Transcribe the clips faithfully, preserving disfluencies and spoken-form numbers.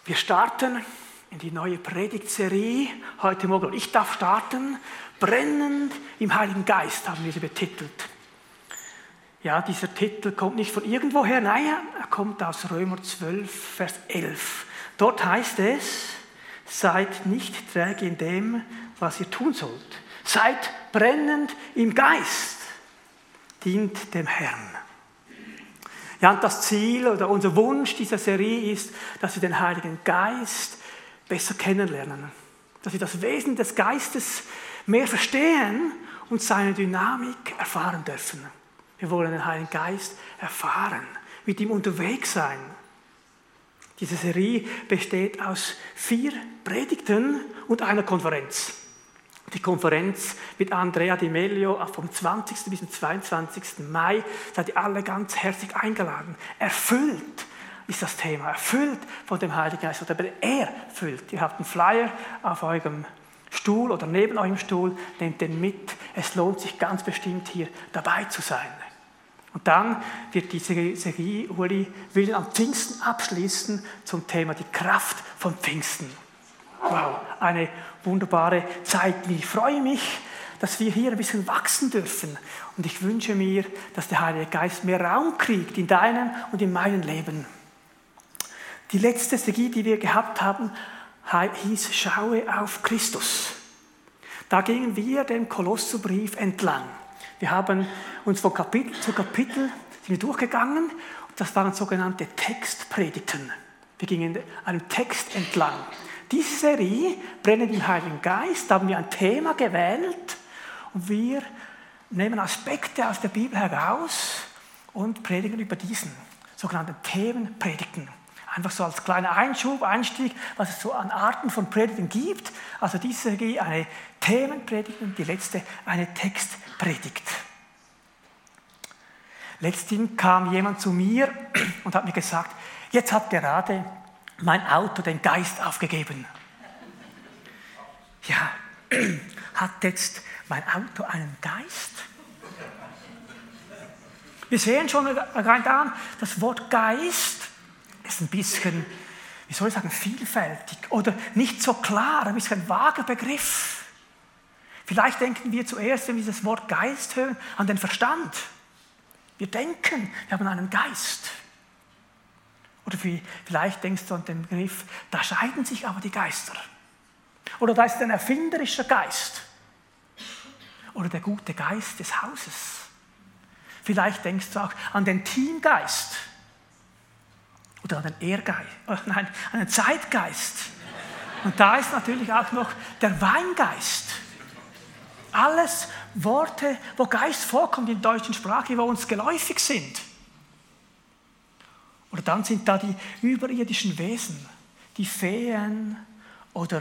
Wir starten in die neue Predigtserie heute Morgen. Ich darf starten, brennend im Heiligen Geist haben wir sie betitelt. Ja, dieser Titel kommt nicht von irgendwoher, nein, er kommt aus Römer zwölf, Vers elf. Dort heißt es, seid nicht träge in dem, was ihr tun sollt. Seid brennend im Geist, dient dem Herrn. Ja, und das Ziel oder unser Wunsch dieser Serie ist, dass wir den Heiligen Geist besser kennenlernen. Dass wir das Wesen des Geistes mehr verstehen und seine Dynamik erfahren dürfen. Wir wollen den Heiligen Geist erfahren, mit ihm unterwegs sein. Diese Serie besteht aus vier Predigten und einer Konferenz. Die Konferenz mit Andrea Di Meglio vom zwanzigsten bis zum zweiundzwanzigsten Mai. Seid ihr alle ganz herzlich eingeladen. Erfüllt ist das Thema. Erfüllt von dem Heiligen Geist. Oder er füllt. Ihr habt einen Flyer auf eurem Stuhl oder neben eurem Stuhl. Nehmt den mit. Es lohnt sich ganz bestimmt hier dabei zu sein. Und dann wird diese Serie, Uli will am Pfingsten abschließen zum Thema die Kraft von Pfingsten. Wow, eine wunderbare Zeit. Ich freue mich, dass wir hier ein bisschen wachsen dürfen. Und ich wünsche mir, dass der Heilige Geist mehr Raum kriegt in deinem und in meinem Leben. Die letzte Serie, die wir gehabt haben, hieß Schaue auf Christus. Da gingen wir den Kolosserbrief entlang. Wir haben uns von Kapitel zu Kapitel sind wir durchgegangen. Und das waren sogenannte Textpredigten. Wir gingen einem Text entlang. Diese Serie, Brennend im Heiligen Geist, da haben wir ein Thema gewählt und wir nehmen Aspekte aus der Bibel heraus und predigen über diesen sogenannten Themenpredigten. Einfach so als kleiner Einschub, Einstieg, was es so an Arten von Predigten gibt. Also diese Serie eine Themenpredigt und die letzte eine Textpredigt. Letztens kam jemand zu mir und hat mir gesagt, jetzt hat gerade mein Auto den Geist aufgegeben. Ja, hat jetzt mein Auto einen Geist? Wir sehen schon rein da, das Wort Geist ist ein bisschen, wie soll ich sagen, vielfältig oder nicht so klar, ein bisschen ein vager Begriff. Vielleicht denken wir zuerst, wenn wir das Wort Geist hören, an den Verstand. Wir denken, wir haben einen Geist. Oder vielleicht denkst du an den Begriff, da scheiden sich aber die Geister. Oder da ist ein erfinderischer Geist. Oder der gute Geist des Hauses. Vielleicht denkst du auch an den Teamgeist. Oder an den Ehrgeist. Oh nein, an den Zeitgeist. Und da ist natürlich auch noch der Weingeist. Alles Worte, wo Geist vorkommt in der deutschen Sprache, wo uns geläufig sind. Oder dann sind da die überirdischen Wesen, die Feen oder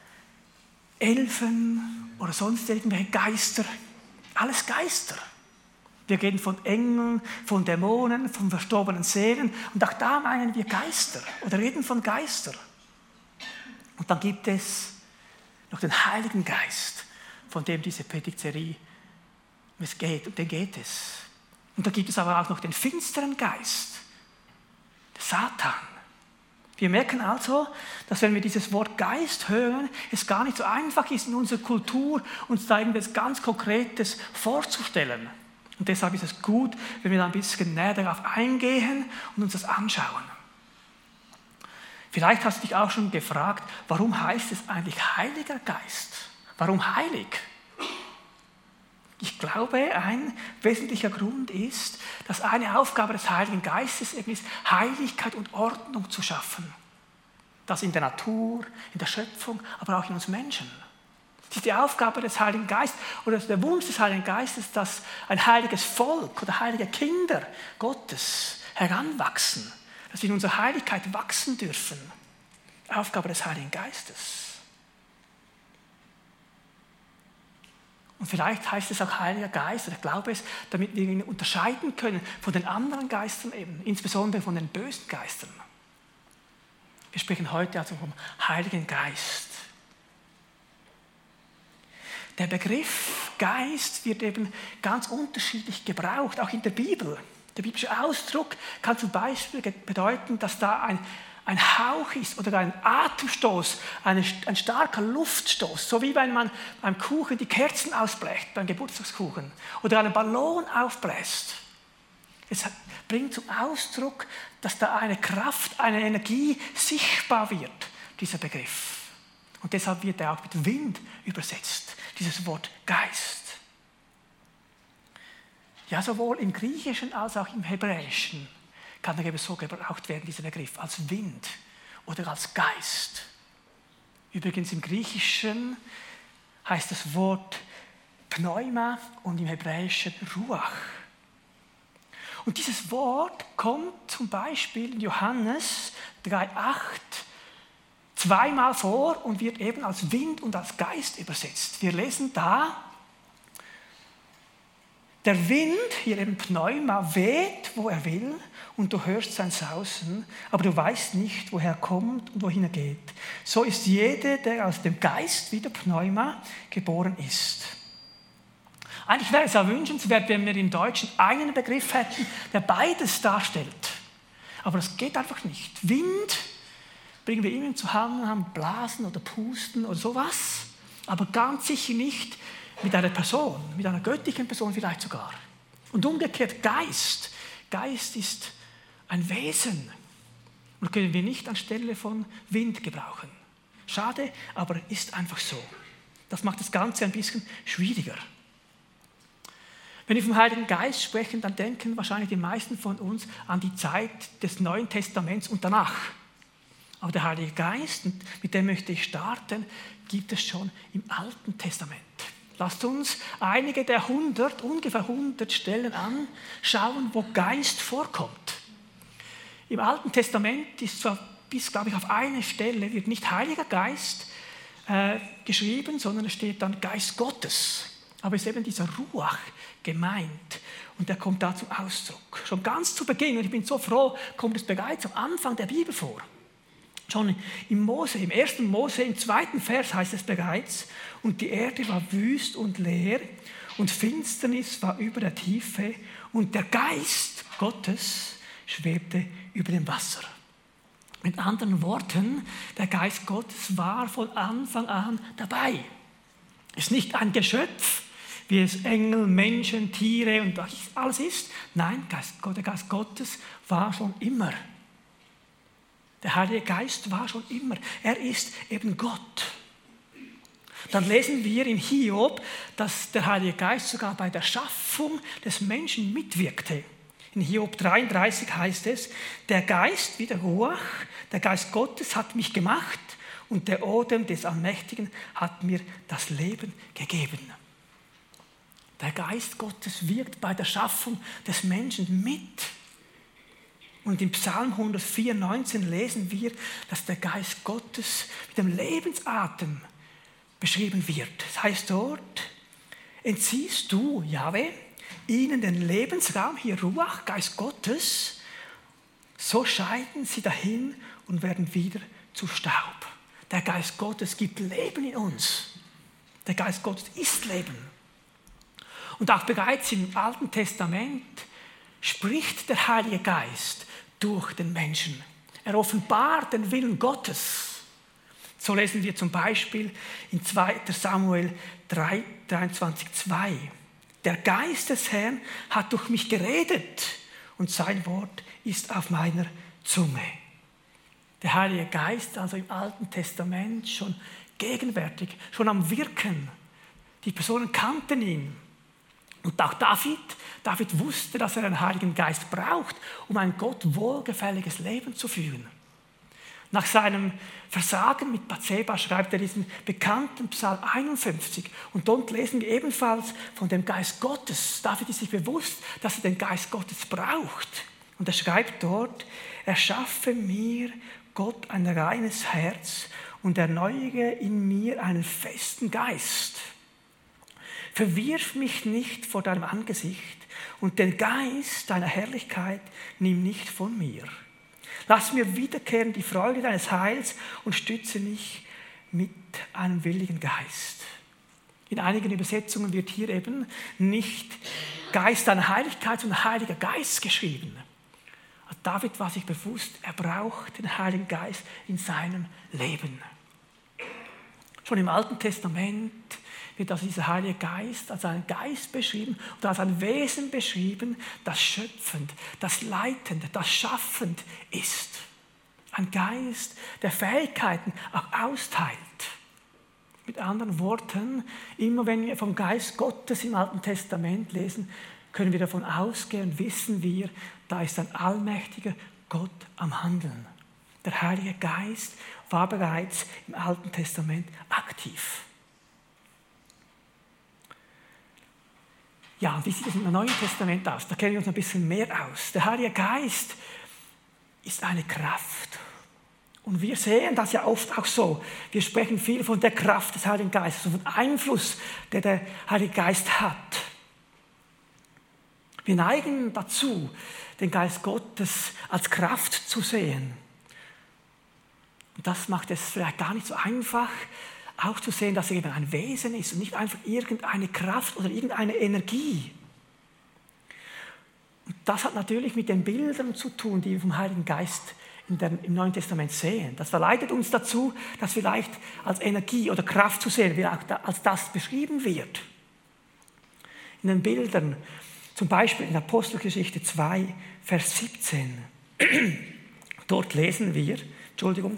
Elfen oder sonst irgendwelche Geister. Alles Geister. Wir gehen von Engeln, von Dämonen, von verstorbenen Seelen und auch da meinen wir Geister oder reden von Geistern. Und dann gibt es noch den Heiligen Geist, von dem diese Predigtserie es geht, um den geht es. Und da gibt es aber auch noch den finsteren Geist. Satan. Wir merken also, dass wenn wir dieses Wort Geist hören, es gar nicht so einfach ist in unserer Kultur, uns da irgendwas ganz Konkretes vorzustellen. Und deshalb ist es gut, wenn wir da ein bisschen näher darauf eingehen und uns das anschauen. Vielleicht hast du dich auch schon gefragt, warum heißt es eigentlich Heiliger Geist? Warum heilig? Ich glaube, ein wesentlicher Grund ist, dass eine Aufgabe des Heiligen Geistes eben ist, Heiligkeit und Ordnung zu schaffen. Das in der Natur, in der Schöpfung, aber auch in uns Menschen. Es ist die Aufgabe des Heiligen Geistes oder der Wunsch des Heiligen Geistes, dass ein heiliges Volk oder heilige Kinder Gottes heranwachsen, dass wir in unserer Heiligkeit wachsen dürfen. Aufgabe des Heiligen Geistes. Und vielleicht heißt es auch Heiliger Geist, oder ich glaube es, damit wir ihn unterscheiden können von den anderen Geistern eben, insbesondere von den bösen Geistern. Wir sprechen heute also vom Heiligen Geist. Der Begriff Geist wird eben ganz unterschiedlich gebraucht, auch in der Bibel. Der biblische Ausdruck kann zum Beispiel bedeuten, dass da ein, ein Hauch ist oder ein Atemstoß, eine, ein starker Luftstoß, so wie wenn man beim Kuchen die Kerzen ausbläst, beim Geburtstagskuchen, oder einen Ballon aufbläst. Es bringt zum Ausdruck, dass da eine Kraft, eine Energie sichtbar wird, dieser Begriff. Und deshalb wird er auch mit Wind übersetzt, dieses Wort Geist. Ja, sowohl im Griechischen als auch im Hebräischen kann er eben so gebraucht werden, dieser Begriff, als Wind oder als Geist. Übrigens im Griechischen heißt das Wort Pneuma und im Hebräischen Ruach. Und dieses Wort kommt zum Beispiel in Johannes drei acht zweimal vor und wird eben als Wind und als Geist übersetzt. Wir lesen da, der Wind, hier eben Pneuma, weht, wo er will, und du hörst sein Sausen, aber du weißt nicht, woher er kommt und wohin er geht. So ist jeder, der aus dem Geist, wie der Pneuma, geboren ist. Eigentlich wäre es ja wünschenswert, wenn wir im Deutschen einen Begriff hätten, der beides darstellt. Aber das geht einfach nicht. Wind bringen wir immer im Zusammenhang mit Blasen oder Pusten oder sowas, aber ganz sicher nicht mit einer Person, mit einer göttlichen Person vielleicht sogar. Und umgekehrt Geist. Geist ist ein Wesen und können wir nicht anstelle von Wind gebrauchen. Schade, aber ist einfach so. Das macht das Ganze ein bisschen schwieriger. Wenn wir vom Heiligen Geist sprechen, dann denken wahrscheinlich die meisten von uns an die Zeit des Neuen Testaments und danach. Aber der Heilige Geist, und mit dem möchte ich starten, gibt es schon im Alten Testament. Lasst uns einige der hundert, ungefähr hundert Stellen anschauen, wo Geist vorkommt. Im Alten Testament ist zwar bis, glaube ich, auf eine Stelle wird nicht Heiliger Geist äh, geschrieben, sondern es steht dann Geist Gottes. Aber es ist eben dieser Ruach gemeint und der kommt da zum Ausdruck. Schon ganz zu Beginn, und ich bin so froh, kommt es bereits am Anfang der Bibel vor. Schon im Mose, im ersten Mose, im zweiten Vers heißt es bereits, und die Erde war wüst und leer und Finsternis war über der Tiefe und der Geist Gottes schwebte über dem Wasser. Mit anderen Worten, der Geist Gottes war von Anfang an dabei. Ist nicht ein Geschöpf, wie es Engel, Menschen, Tiere und alles ist. Nein, der Geist Gottes war schon immer. Der Heilige Geist war schon immer. Er ist eben Gott. Dann lesen wir in Hiob, dass der Heilige Geist sogar bei der Schaffung des Menschen mitwirkte. In Hiob dreiunddreißig heißt es, der Geist, wie der Ruach, der Geist Gottes hat mich gemacht und der Odem des Allmächtigen hat mir das Leben gegeben. Der Geist Gottes wirkt bei der Schaffung des Menschen mit. Und im Psalm hundertvier, neunzehn lesen wir, dass der Geist Gottes mit dem Lebensatem beschrieben wird. Das heißt dort, entziehst du, Jahwe, ihnen den Lebensraum, hier Ruach, Geist Gottes, so scheiden sie dahin und werden wieder zu Staub. Der Geist Gottes gibt Leben in uns. Der Geist Gottes ist Leben. Und auch bereits im Alten Testament spricht der Heilige Geist durch den Menschen. Er offenbart den Willen Gottes. So lesen wir zum Beispiel in zweiter Samuel drei, dreiundzwanzig, zwei. Der Geist des Herrn hat durch mich geredet und sein Wort ist auf meiner Zunge. Der Heilige Geist, also im Alten Testament, schon gegenwärtig, schon am Wirken. Die Personen kannten ihn. Und auch David, David wusste, dass er einen Heiligen Geist braucht, um ein Gott wohlgefälliges Leben zu führen. Nach seinem Versagen mit Bathseba schreibt er diesen bekannten Psalm einundfünfzig. Und dort lesen wir ebenfalls von dem Geist Gottes. David ist sich bewusst, dass er den Geist Gottes braucht. Und er schreibt dort, erschaffe mir, Gott, ein reines Herz und erneuere in mir einen festen Geist. Verwirf mich nicht vor deinem Angesicht und den Geist deiner Herrlichkeit nimm nicht von mir. Lass mir wiederkehren die Freude deines Heils und stütze mich mit einem willigen Geist. In einigen Übersetzungen wird hier eben nicht Geist deiner Heiligkeit, sondern Heiliger Geist geschrieben. David war sich bewusst, er braucht den Heiligen Geist in seinem Leben. Schon im Alten Testament wird also dieser Heilige Geist als ein Geist beschrieben oder als ein Wesen beschrieben, das schöpfend, das leitend, das schaffend ist. Ein Geist, der Fähigkeiten auch austeilt. Mit anderen Worten, immer wenn wir vom Geist Gottes im Alten Testament lesen, können wir davon ausgehen und wissen wir, da ist ein allmächtiger Gott am Handeln. Der Heilige Geist war bereits im Alten Testament aktiv. Ja, und wie sieht es im Neuen Testament aus? Da kennen wir uns ein bisschen mehr aus. Der Heilige Geist ist eine Kraft. Und wir sehen das ja oft auch so. Wir sprechen viel von der Kraft des Heiligen Geistes, von Einfluss, der der Heilige Geist hat. Wir neigen dazu, den Geist Gottes als Kraft zu sehen. Und das macht es vielleicht gar nicht so einfach, auch zu sehen, dass er eben ein Wesen ist und nicht einfach irgendeine Kraft oder irgendeine Energie. Und das hat natürlich mit den Bildern zu tun, die wir vom Heiligen Geist in der, im Neuen Testament sehen. Das verleitet uns dazu, das vielleicht als Energie oder Kraft zu sehen, wie auch da, als das beschrieben wird. In den Bildern, zum Beispiel in Apostelgeschichte zwei, Vers siebzehn. Dort lesen wir, Entschuldigung,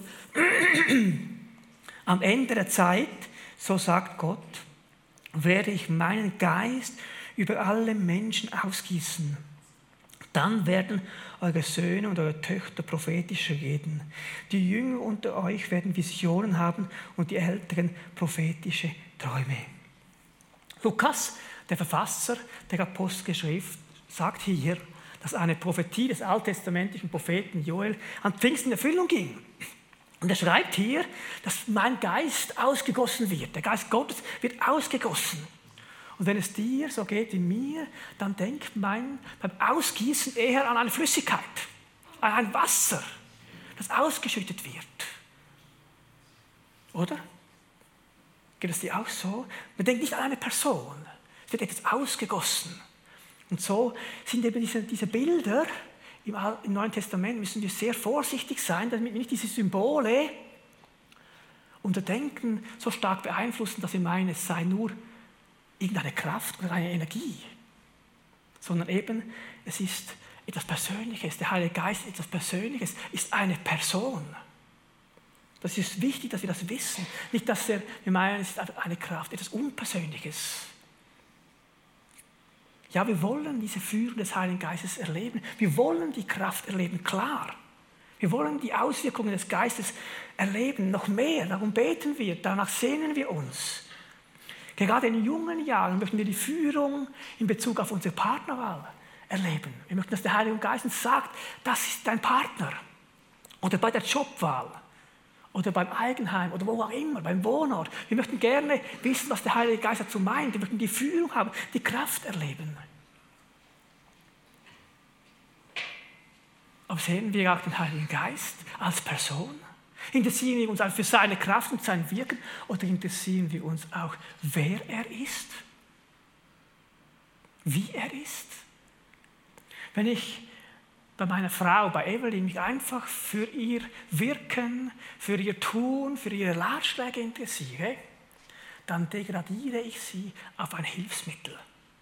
am Ende der Zeit, so sagt Gott, werde ich meinen Geist über alle Menschen ausgießen. Dann werden eure Söhne und eure Töchter prophetische reden. Die Jünger unter euch werden Visionen haben und die Älteren prophetische Träume. Lukas, der Verfasser der Apostelschrift, sagt hier, dass eine Prophetie des alttestamentlichen Propheten Joel an Pfingsten in Erfüllung ging. Und er schreibt hier, dass mein Geist ausgegossen wird. Der Geist Gottes wird ausgegossen. Und wenn es dir so geht wie mir, dann denkt man beim Ausgießen eher an eine Flüssigkeit, an ein Wasser, das ausgeschüttet wird. Oder? Geht es dir auch so? Man denkt nicht an eine Person, es wird etwas ausgegossen. Und so sind eben diese, diese Bilder im, im Neuen Testament, müssen wir sehr vorsichtig sein, damit wir nicht diese Symbole unser Denken so stark beeinflussen, dass wir meinen, es sei nur irgendeine Kraft oder eine Energie, sondern eben, es ist etwas Persönliches. Der Heilige Geist ist etwas Persönliches, ist eine Person. Das ist wichtig, dass wir das wissen. Nicht, dass wir meinen, es ist eine Kraft, etwas Unpersönliches. Ja, wir wollen diese Führung des Heiligen Geistes erleben. Wir wollen die Kraft erleben, klar. Wir wollen die Auswirkungen des Geistes erleben, noch mehr. Darum beten wir, danach sehnen wir uns. Gerade in jungen Jahren möchten wir die Führung in Bezug auf unsere Partnerwahl erleben. Wir möchten, dass der Heilige Geist uns sagt, das ist dein Partner. Oder bei der Jobwahl. Oder beim Eigenheim. Oder wo auch immer, beim Wohnort. Wir möchten gerne wissen, was der Heilige Geist dazu meint. Wir möchten die Führung haben, die Kraft erleben. Aber sehen wir auch den Heiligen Geist als Person? Interessieren wir uns auch für seine Kraft und sein Wirken oder interessieren wir uns auch, wer er ist? Wie er ist? Wenn ich bei meiner Frau, bei Evelyn, mich einfach für ihr Wirken, für ihr Tun, für ihre Ratschläge interessiere, dann degradiere ich sie auf ein Hilfsmittel.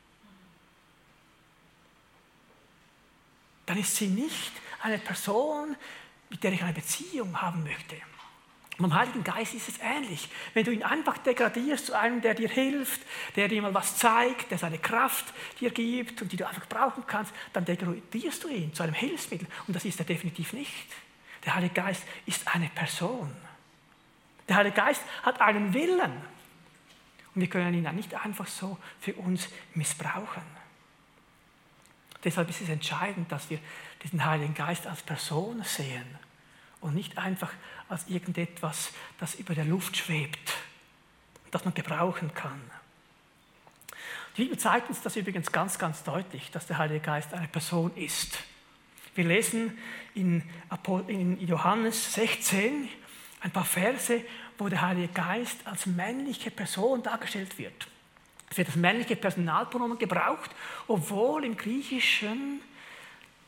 Dann ist sie nicht eine Person, mit der ich eine Beziehung haben möchte. Und beim Heiligen Geist ist es ähnlich. Wenn du ihn einfach degradierst zu einem, der dir hilft, der dir mal was zeigt, der seine Kraft dir gibt und die du einfach brauchen kannst, dann degradierst du ihn zu einem Hilfsmittel. Und das ist er definitiv nicht. Der Heilige Geist ist eine Person. Der Heilige Geist hat einen Willen. Und wir können ihn dann nicht einfach so für uns missbrauchen. Deshalb ist es entscheidend, dass wir diesen Heiligen Geist als Person sehen und nicht einfach als irgendetwas, das über der Luft schwebt, das man gebrauchen kann. Die Bibel zeigt uns das übrigens ganz, ganz deutlich, dass der Heilige Geist eine Person ist. Wir lesen in Johannes sechzehn ein paar Verse, wo der Heilige Geist als männliche Person dargestellt wird. Es wird das männliche Personalpronomen gebraucht, obwohl im Griechischen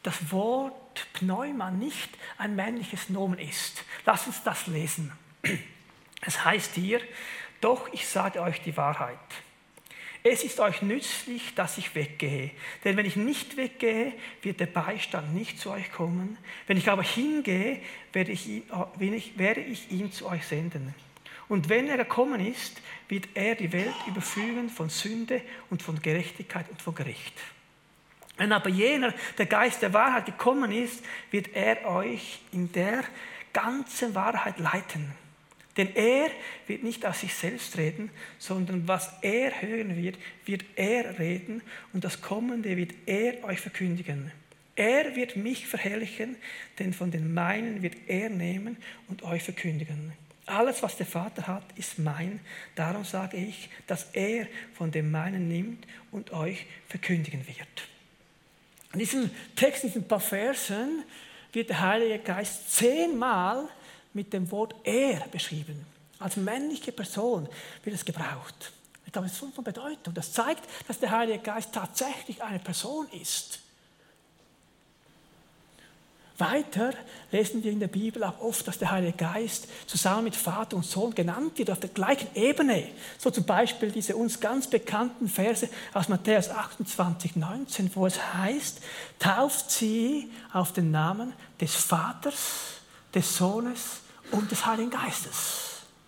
das Wort Pneuma nicht ein männliches Nomen ist. Lass uns das lesen. Es heißt hier, doch ich sage euch die Wahrheit. Es ist euch nützlich, dass ich weggehe. Denn wenn ich nicht weggehe, wird der Beistand nicht zu euch kommen. Wenn ich aber hingehe, werde ich ihn, werde ich ihn zu euch senden. Und wenn er gekommen ist, wird er die Welt überführen von Sünde und von Gerechtigkeit und von Gericht. Wenn aber jener, der Geist der Wahrheit gekommen ist, wird er euch in der ganzen Wahrheit leiten. Denn er wird nicht aus sich selbst reden, sondern was er hören wird, wird er reden und das Kommende wird er euch verkündigen. Er wird mich verherrlichen, denn von den meinen wird er nehmen und euch verkündigen. Alles, was der Vater hat, ist mein. Darum sage ich, dass er von dem meinen nimmt und euch verkündigen wird. In diesem Text, in diesen paar Versen, wird der Heilige Geist zehnmal mit dem Wort er beschrieben. Als männliche Person wird es gebraucht. Ich glaube, das ist von Bedeutung. Das zeigt, dass der Heilige Geist tatsächlich eine Person ist. Weiter lesen wir in der Bibel auch oft, dass der Heilige Geist zusammen mit Vater und Sohn genannt wird, auf der gleichen Ebene. So zum Beispiel diese uns ganz bekannten Verse aus Matthäus achtundzwanzig, neunzehn, wo es heißt, tauft sie auf den Namen des Vaters, des Sohnes und des Heiligen Geistes.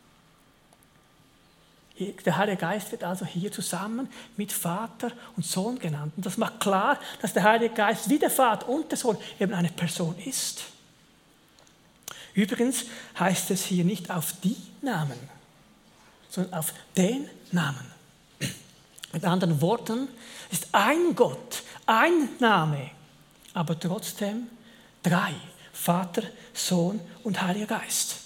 Der Heilige Geist wird also hier zusammen mit Vater und Sohn genannt. Und das macht klar, dass der Heilige Geist wie der Vater und der Sohn eben eine Person ist. Übrigens heißt es hier nicht auf die Namen, sondern auf den Namen. Mit anderen Worten, es ist ein Gott, ein Name, aber trotzdem drei. Vater, Sohn und Heiliger Geist.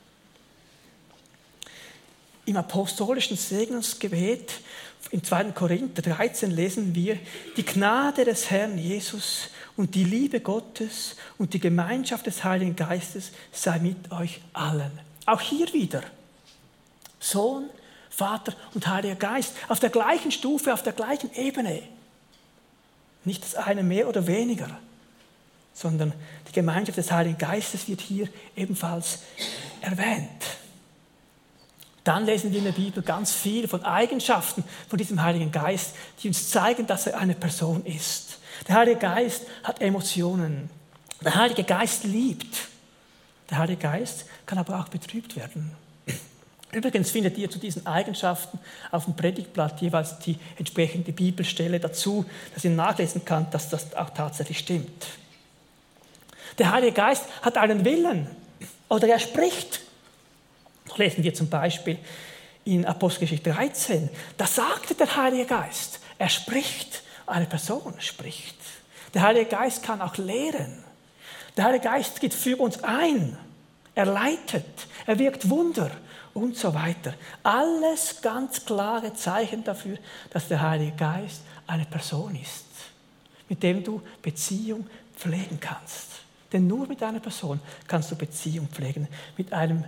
Im apostolischen Segnungsgebet im zweiten Korinther dreizehn lesen wir, die Gnade des Herrn Jesus und die Liebe Gottes und die Gemeinschaft des Heiligen Geistes sei mit euch allen. Auch hier wieder Sohn, Vater und Heiliger Geist auf der gleichen Stufe, auf der gleichen Ebene. Nicht das eine mehr oder weniger, sondern die Gemeinschaft des Heiligen Geistes wird hier ebenfalls erwähnt. Dann lesen wir in der Bibel ganz viel von Eigenschaften von diesem Heiligen Geist, die uns zeigen, dass er eine Person ist. Der Heilige Geist hat Emotionen. Der Heilige Geist liebt. Der Heilige Geist kann aber auch betrübt werden. Übrigens findet ihr zu diesen Eigenschaften auf dem Predigtblatt jeweils die entsprechende Bibelstelle dazu, dass ihr nachlesen könnt, dass das auch tatsächlich stimmt. Der Heilige Geist hat einen Willen oder er spricht. Das lesen wir zum Beispiel in Apostelgeschichte dreizehn. Da sagte der Heilige Geist, er spricht, eine Person spricht. Der Heilige Geist kann auch lehren. Der Heilige Geist geht für uns ein. Er leitet, er wirkt Wunder und so weiter. Alles ganz klare Zeichen dafür, dass der Heilige Geist eine Person ist, mit dem du Beziehung pflegen kannst. Denn nur mit einer Person kannst du Beziehung pflegen. Mit einem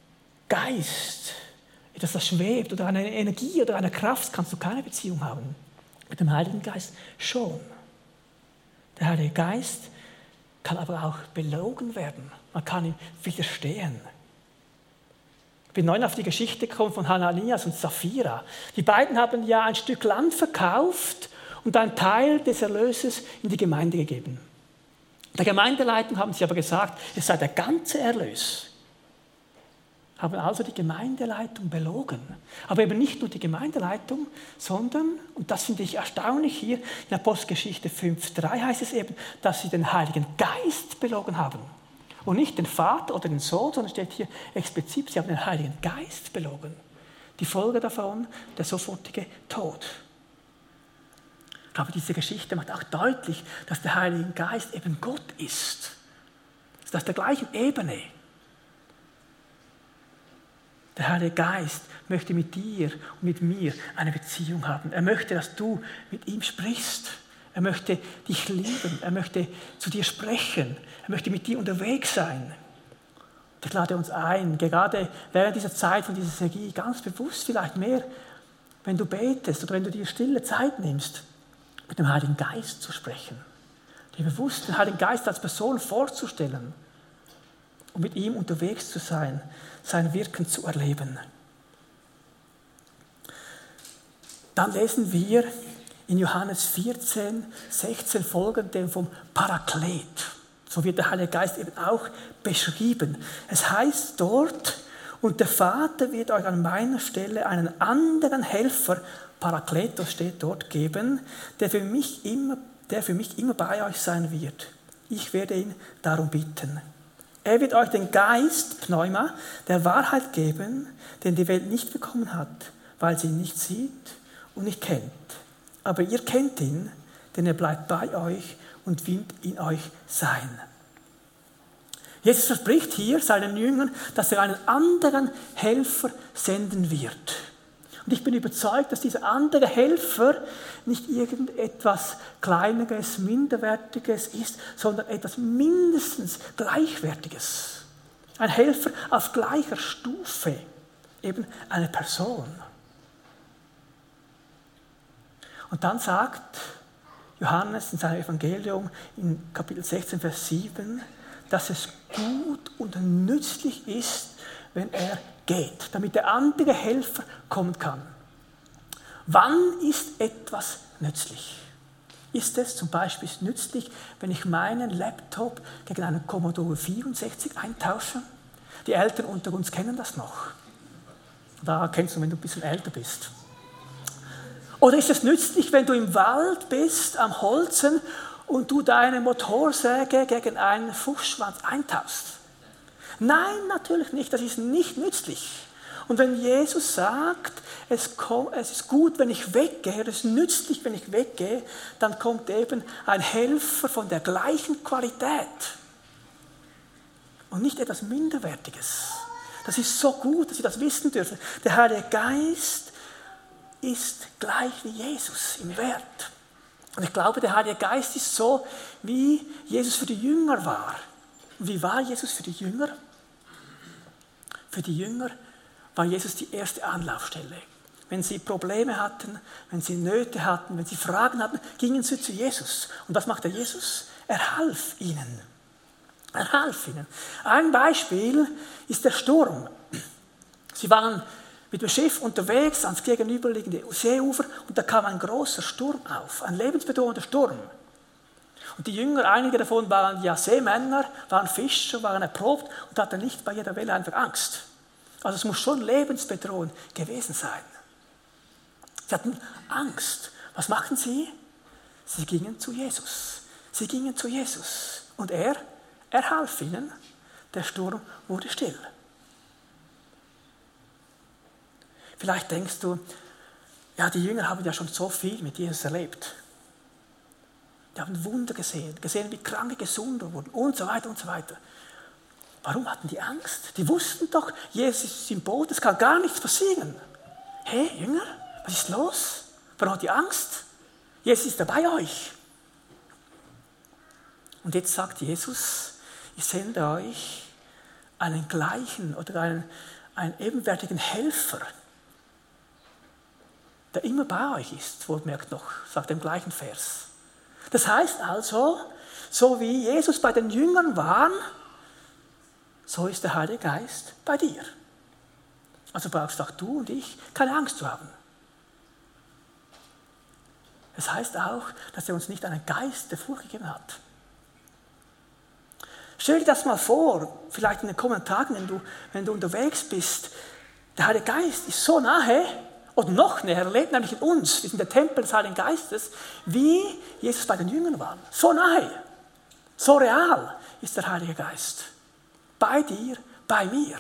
Geist, etwas, das schwebt, oder einer Energie oder einer Kraft, kannst du keine Beziehung haben. Mit dem Heiligen Geist schon. Der Heilige Geist kann aber auch belogen werden. Man kann ihm widerstehen. Ich bin neu auf die Geschichte gekommen von Hananias und Sapphira. Die beiden haben ja ein Stück Land verkauft und einen Teil des Erlöses in die Gemeinde gegeben. Der Gemeindeleitung haben sie aber gesagt, es sei der ganze Erlös. Haben also die Gemeindeleitung belogen. Aber eben nicht nur die Gemeindeleitung, sondern, und das finde ich erstaunlich hier, in Apostelgeschichte fünf drei heißt es eben, dass sie den Heiligen Geist belogen haben. Und nicht den Vater oder den Sohn, sondern steht hier explizit, sie haben den Heiligen Geist belogen. Die Folge davon, der sofortige Tod. Ich glaube, diese Geschichte macht auch deutlich, dass der Heilige Geist eben Gott ist. Das ist auf der gleichen Ebene. Der Heilige Geist möchte mit dir und mit mir eine Beziehung haben. Er möchte, dass du mit ihm sprichst. Er möchte dich lieben. Er möchte zu dir sprechen. Er möchte mit dir unterwegs sein. Ich lade uns ein, gerade während dieser Zeit von dieser Serie, ganz bewusst vielleicht mehr, wenn du betest oder wenn du dir stille Zeit nimmst, mit dem Heiligen Geist zu sprechen. dir bewusst den Heiligen Geist als Person vorzustellen und mit ihm unterwegs zu sein, sein Wirken zu erleben. Dann lesen wir in Johannes vierzehn, sechzehn folgende vom Paraklet. So wird der Heilige Geist eben auch beschrieben. Es heißt dort, und der Vater wird euch an meiner Stelle einen anderen Helfer, Parakletos steht dort, geben, der für mich immer, der für mich immer bei euch sein wird. Ich werde ihn darum bitten. Er wird euch den Geist, Pneuma, der Wahrheit geben, den die Welt nicht bekommen hat, weil sie ihn nicht sieht und nicht kennt. Aber ihr kennt ihn, denn er bleibt bei euch und wird in euch sein. Jesus verspricht hier seinen Jüngern, dass er einen anderen Helfer senden wird. Und ich bin überzeugt, dass dieser andere Helfer nicht irgendetwas Kleineres, Minderwertiges ist, sondern etwas mindestens Gleichwertiges. Ein Helfer auf gleicher Stufe, eben eine Person. Und dann sagt Johannes in seinem Evangelium in Kapitel sechzehn, Vers sieben, dass es gut und nützlich ist, wenn er geht, damit der andere Helfer kommen kann. Wann ist etwas nützlich? Ist es zum Beispiel nützlich, wenn ich meinen Laptop gegen einen Commodore vierundsechzig eintausche? Die Eltern unter uns kennen das noch. Da kennst du, wenn du ein bisschen älter bist. Oder ist es nützlich, wenn du im Wald bist, am Holzen, und du deine Motorsäge gegen einen Fuchsschwanz eintauschst? Nein, natürlich nicht. Das ist nicht nützlich. Und wenn Jesus sagt, es, kommt, es ist gut, wenn ich weggehe, es ist nützlich, wenn ich weggehe, dann kommt eben ein Helfer von der gleichen Qualität. Und nicht etwas Minderwertiges. Das ist so gut, dass Sie das wissen dürfen. Der Heilige Geist ist gleich wie Jesus im Wert. Und ich glaube, der Heilige Geist ist so, wie Jesus für die Jünger war. Wie war Jesus für die Jünger? Für die Jünger war Jesus die erste Anlaufstelle. Wenn sie Probleme hatten, wenn sie Nöte hatten, wenn sie Fragen hatten, gingen sie zu Jesus. Und was machte Jesus? Er half ihnen. Er half ihnen. Ein Beispiel ist der Sturm. Sie waren mit dem Schiff unterwegs ans gegenüberliegende Seeufer und da kam ein großer Sturm auf, ein lebensbedrohender Sturm. Und die Jünger, einige davon waren ja Seemänner, waren Fischer, waren erprobt und hatten nicht bei jeder Welle einfach Angst. Also es muss schon lebensbedrohend gewesen sein. Sie hatten Angst. Was machten sie? Sie gingen zu Jesus. Sie gingen zu Jesus. Und er, er half ihnen. Der Sturm wurde still. Vielleicht denkst du, ja, die Jünger haben ja schon so viel mit Jesus erlebt. Die haben Wunder gesehen, gesehen, wie Kranke gesund wurden und so weiter und so weiter. Warum hatten die Angst? Die wussten doch, Jesus ist im Boot, es kann gar nichts passieren. Hey, Jünger, was ist los? Warum habt ihr Angst? Jesus ist da bei euch. Und jetzt sagt Jesus, ich sende euch einen gleichen oder einen, einen ebenwertigen Helfer, der immer bei euch ist, wohlgemerkt noch, sagt er im gleichen Vers. Das heißt also, so wie Jesus bei den Jüngern war, so ist der Heilige Geist bei dir. Also brauchst auch du und ich keine Angst zu haben. Es heißt auch, dass er uns nicht einen Geist der Furcht gegeben hat. Stell dir das mal vor, vielleicht in den kommenden Tagen, wenn du, wenn du unterwegs bist, der Heilige Geist ist so nahe, oder noch näher, er lebt nämlich in uns, wir sind der Tempel des Heiligen Geistes, wie Jesus bei den Jüngern war. So nahe, so real ist der Heilige Geist. Bei dir, bei mir.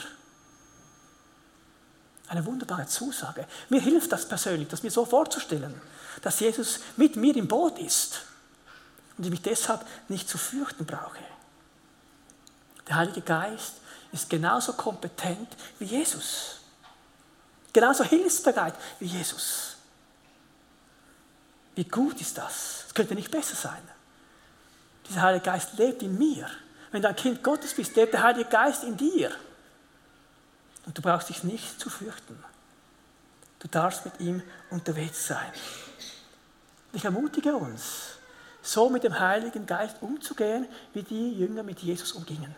Eine wunderbare Zusage. Mir hilft das persönlich, das mir so vorzustellen, dass Jesus mit mir im Boot ist und ich mich deshalb nicht zu fürchten brauche. Der Heilige Geist ist genauso kompetent wie Jesus. Genauso hilfsbereit wie Jesus. Wie gut ist das? Es könnte nicht besser sein. Dieser Heilige Geist lebt in mir. Wenn du ein Kind Gottes bist, lebt der Heilige Geist in dir. Und du brauchst dich nicht zu fürchten. Du darfst mit ihm unterwegs sein. Ich ermutige uns, so mit dem Heiligen Geist umzugehen, wie die Jünger mit Jesus umgingen.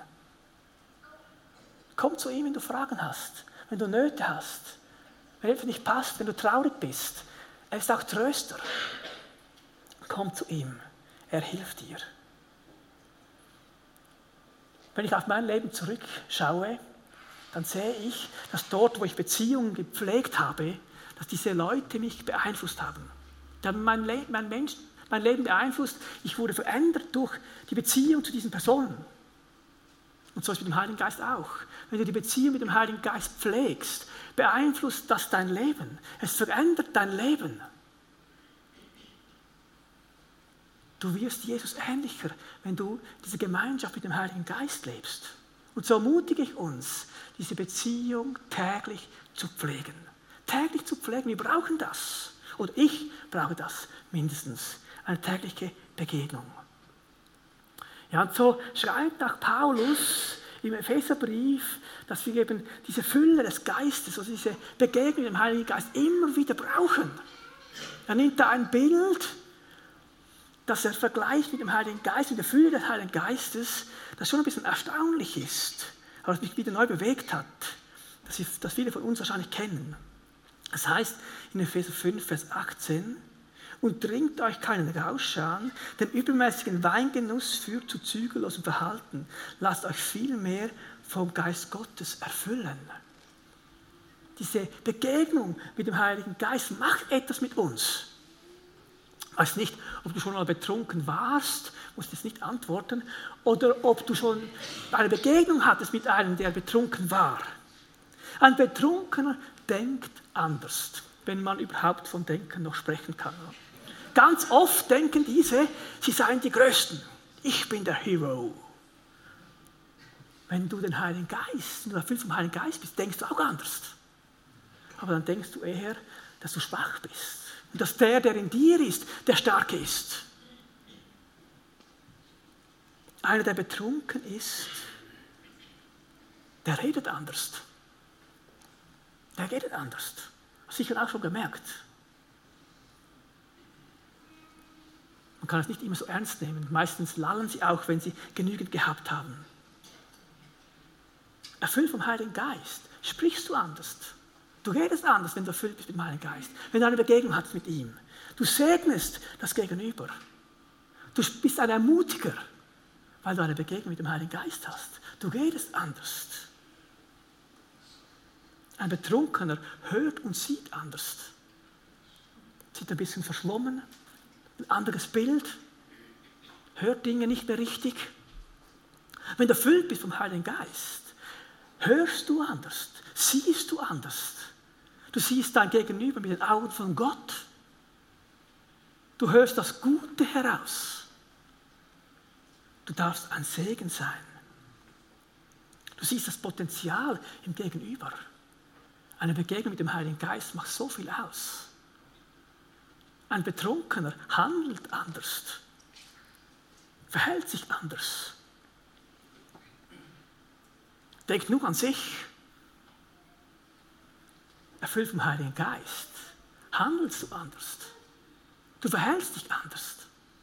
Komm zu ihm, wenn du Fragen hast, wenn du Nöte hast, wenn etwas nicht passt, wenn du traurig bist. Er ist auch Tröster. Komm zu ihm, er hilft dir. Wenn ich auf mein Leben zurückschaue, dann sehe ich, dass dort, wo ich Beziehungen gepflegt habe, dass diese Leute mich beeinflusst haben. Die haben mein, Le- mein, Mensch, mein Leben beeinflusst. Ich wurde verändert durch die Beziehung zu diesen Personen. Und so ist es mit dem Heiligen Geist auch. Wenn du die Beziehung mit dem Heiligen Geist pflegst, beeinflusst das dein Leben. Es verändert dein Leben. Du wirst Jesus ähnlicher, wenn du diese Gemeinschaft mit dem Heiligen Geist lebst. Und so ermutige ich uns, diese Beziehung täglich zu pflegen. Täglich zu pflegen, wir brauchen das. Und ich brauche das mindestens. Eine tägliche Begegnung. Ja, und so schreibt auch Paulus im Epheserbrief, dass wir eben diese Fülle des Geistes, also diese Begegnung mit dem Heiligen Geist immer wieder brauchen. Er nimmt da ein Bild, das er vergleicht mit dem Heiligen Geist, mit der Fülle des Heiligen Geistes, das schon ein bisschen erstaunlich ist, aber das mich wieder neu bewegt hat, dass, ich, dass viele von uns wahrscheinlich kennen. Das heißt in Epheser fünf, Vers achtzehn, und trinkt euch keinen Rauschschaum, denn übermäßigen Weingenuss führt zu zügellosem Verhalten. Lasst euch vielmehr vom Geist Gottes erfüllen. Diese Begegnung mit dem Heiligen Geist macht etwas mit uns. Ich weiß nicht, ob du schon mal betrunken warst, musst jetzt nicht antworten, oder ob du schon eine Begegnung hattest mit einem, der betrunken war. Ein Betrunkener denkt anders, wenn man überhaupt von Denken noch sprechen kann. Ganz oft denken diese, sie seien die Größten. Ich bin der Hero. Wenn du den Heiligen Geist, wenn du erfüllt vom Heiligen Geist bist, denkst du auch anders. Aber dann denkst du eher, dass du schwach bist. Und dass der, der in dir ist, der Starke ist. Einer, der betrunken ist, der redet anders. Der redet anders. Hast du sicher auch schon gemerkt. Man kann es nicht immer so ernst nehmen. Meistens lallen sie auch, wenn sie genügend gehabt haben. Erfüllt vom Heiligen Geist sprichst du anders. Du redest anders, wenn du erfüllt bist mit dem Heiligen Geist. Wenn du eine Begegnung hast mit ihm. Du segnest das Gegenüber. Du bist ein Ermutiger, weil du eine Begegnung mit dem Heiligen Geist hast. Du redest anders. Ein Betrunkener hört und sieht anders. Sieht ein bisschen verschwommen, ein anderes Bild, hört Dinge nicht mehr richtig. Wenn du erfüllt bist vom Heiligen Geist, hörst du anders, siehst du anders. Du siehst dein Gegenüber mit den Augen von Gott. Du hörst das Gute heraus. Du darfst ein Segen sein. Du siehst das Potenzial im Gegenüber. Eine Begegnung mit dem Heiligen Geist macht so viel aus. Ein Betrunkener handelt anders, verhält sich anders, denkt nur an sich. Erfüllt vom Heiligen Geist handelst du anders. Du verhältst dich anders.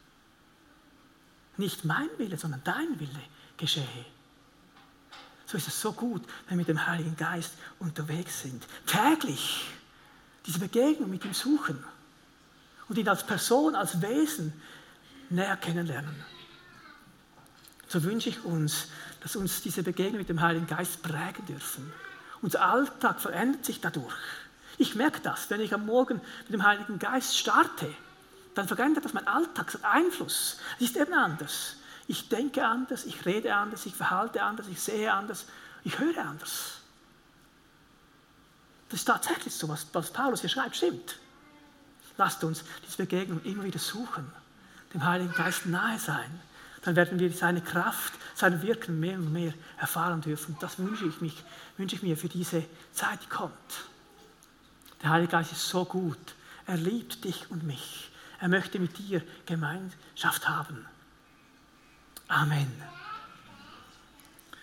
Nicht mein Wille, sondern dein Wille geschehe. So ist es so gut, wenn wir mit dem Heiligen Geist unterwegs sind. Täglich diese Begegnung mit ihm suchen und ihn als Person, als Wesen näher kennenlernen. So wünsche ich uns, dass uns diese Begegnung mit dem Heiligen Geist prägen dürfen. Unser Alltag verändert sich dadurch. Ich merke das, wenn ich am Morgen mit dem Heiligen Geist starte, dann verändert das mein Alltag, das hat Einfluss. Es ist eben anders. Ich denke anders, ich rede anders, ich verhalte anders, ich sehe anders, ich höre anders. Das ist tatsächlich so, was, was Paulus hier schreibt, stimmt. Lasst uns diese Begegnung immer wieder suchen, dem Heiligen Geist nahe sein. Dann werden wir seine Kraft, sein Wirken mehr und mehr erfahren dürfen. Das wünsche ich, mich, wünsche ich mir für diese Zeit, die kommt. Der Heilige Geist ist so gut. Er liebt dich und mich. Er möchte mit dir Gemeinschaft haben. Amen.